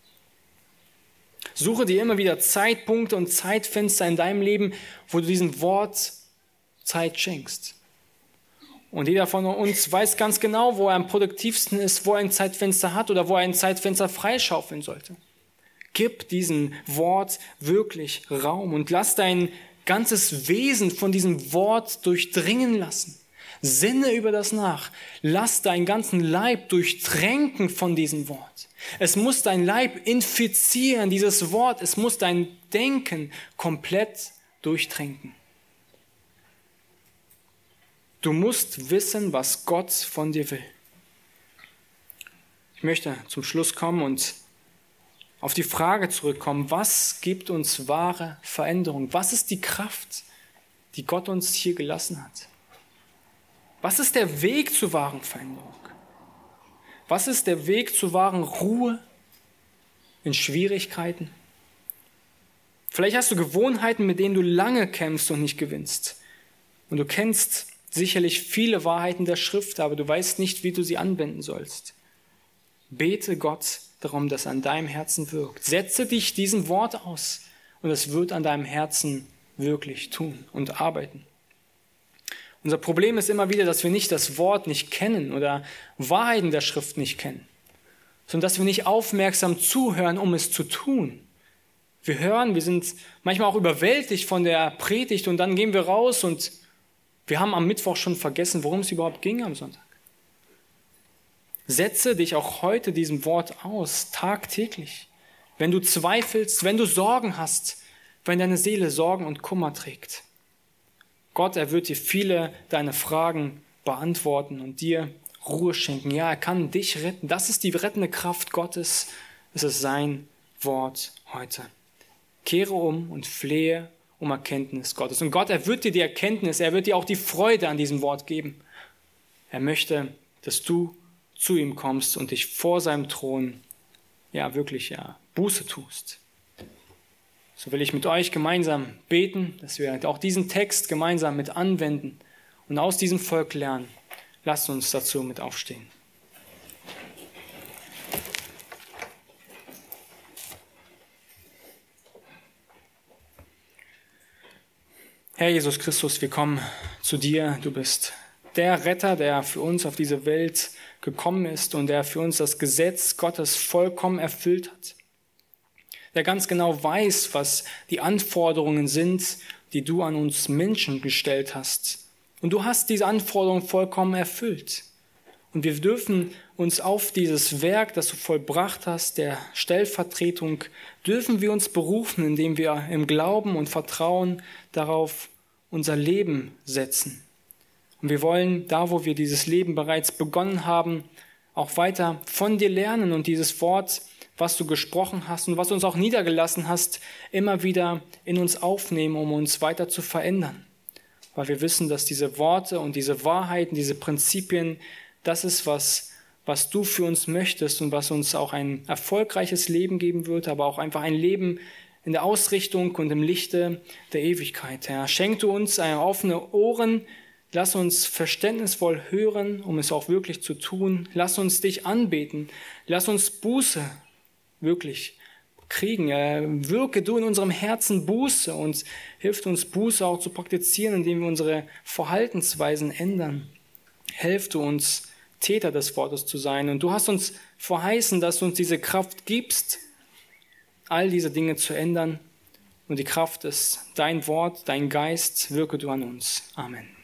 Suche dir immer wieder Zeitpunkte und Zeitfenster in deinem Leben, wo du diesem Wort Zeit schenkst. Und jeder von uns weiß ganz genau, wo er am produktivsten ist, wo er ein Zeitfenster hat oder wo er ein Zeitfenster freischaufeln sollte. Gib diesem Wort wirklich Raum und lass dein ganzes Wesen von diesem Wort durchdringen lassen. Sinne über das nach. Lass deinen ganzen Leib durchtränken von diesem Wort. Es muss dein Leib infizieren, dieses Wort. Es muss dein Denken komplett durchtränken. Du musst wissen, was Gott von dir will. Ich möchte zum Schluss kommen und auf die Frage zurückkommen, was gibt uns wahre Veränderung? Was ist die Kraft, die Gott uns hier gelassen hat? Was ist der Weg zur wahren Veränderung? Was ist der Weg zur wahren Ruhe in Schwierigkeiten? Vielleicht hast du Gewohnheiten, mit denen du lange kämpfst und nicht gewinnst. Und du kennst sicherlich viele Wahrheiten der Schrift, aber du weißt nicht, wie du sie anwenden sollst. Bete Gott darum, dass er an deinem Herzen wirkt. Setze dich diesem Wort aus und es wird an deinem Herzen wirklich tun und arbeiten. Unser Problem ist immer wieder, dass wir nicht das Wort nicht kennen oder Wahrheiten der Schrift nicht kennen, sondern dass wir nicht aufmerksam zuhören, um es zu tun. Wir hören, wir sind manchmal auch überwältigt von der Predigt und dann gehen wir raus und wir haben am Mittwoch schon vergessen, worum es überhaupt ging am Sonntag. Setze dich auch heute diesem Wort aus, tagtäglich. Wenn du zweifelst, wenn du Sorgen hast, wenn deine Seele Sorgen und Kummer trägt. Gott, er wird dir viele deiner Fragen beantworten und dir Ruhe schenken. Ja, er kann dich retten. Das ist die rettende Kraft Gottes. Es ist sein Wort heute. Kehre um und flehe um Erkenntnis Gottes. Und Gott, er wird dir die Erkenntnis, er wird dir auch die Freude an diesem Wort geben. Er möchte, dass du zu ihm kommst und dich vor seinem Thron, ja wirklich, ja, Buße tust. So will ich mit euch gemeinsam beten, dass wir auch diesen Text gemeinsam mit anwenden und aus diesem Volk lernen. Lasst uns dazu mit aufstehen. Herr Jesus Christus, wir kommen zu dir. Du bist der Retter, der für uns auf diese Welt gekommen ist und der für uns das Gesetz Gottes vollkommen erfüllt hat. Der ganz genau weiß, was die Anforderungen sind, die du an uns Menschen gestellt hast. Und du hast diese Anforderungen vollkommen erfüllt. Und wir dürfen uns auf dieses Werk, das du vollbracht hast, der Stellvertretung, dürfen wir uns berufen, indem wir im Glauben und Vertrauen darauf unser Leben setzen. Und wir wollen, da wo wir dieses Leben bereits begonnen haben, auch weiter von dir lernen und dieses Wort, was du gesprochen hast und was du uns auch niedergelassen hast, immer wieder in uns aufnehmen, um uns weiter zu verändern. Weil wir wissen, dass diese Worte und diese Wahrheiten, diese Prinzipien, das ist, was, was du für uns möchtest und was uns auch ein erfolgreiches Leben geben wird, aber auch einfach ein Leben in der Ausrichtung und im Lichte der Ewigkeit. Herr, schenk du uns offene Ohren, lass uns verständnisvoll hören, um es auch wirklich zu tun. Lass uns dich anbeten, lass uns Buße wirklich kriegen. Wirke du in unserem Herzen Buße und hilf uns Buße auch zu praktizieren, indem wir unsere Verhaltensweisen ändern. Hilf du uns, Täter des Wortes zu sein. Und du hast uns verheißen, dass du uns diese Kraft gibst, all diese Dinge zu ändern. Und die Kraft ist dein Wort, dein Geist, wirke du an uns. Amen.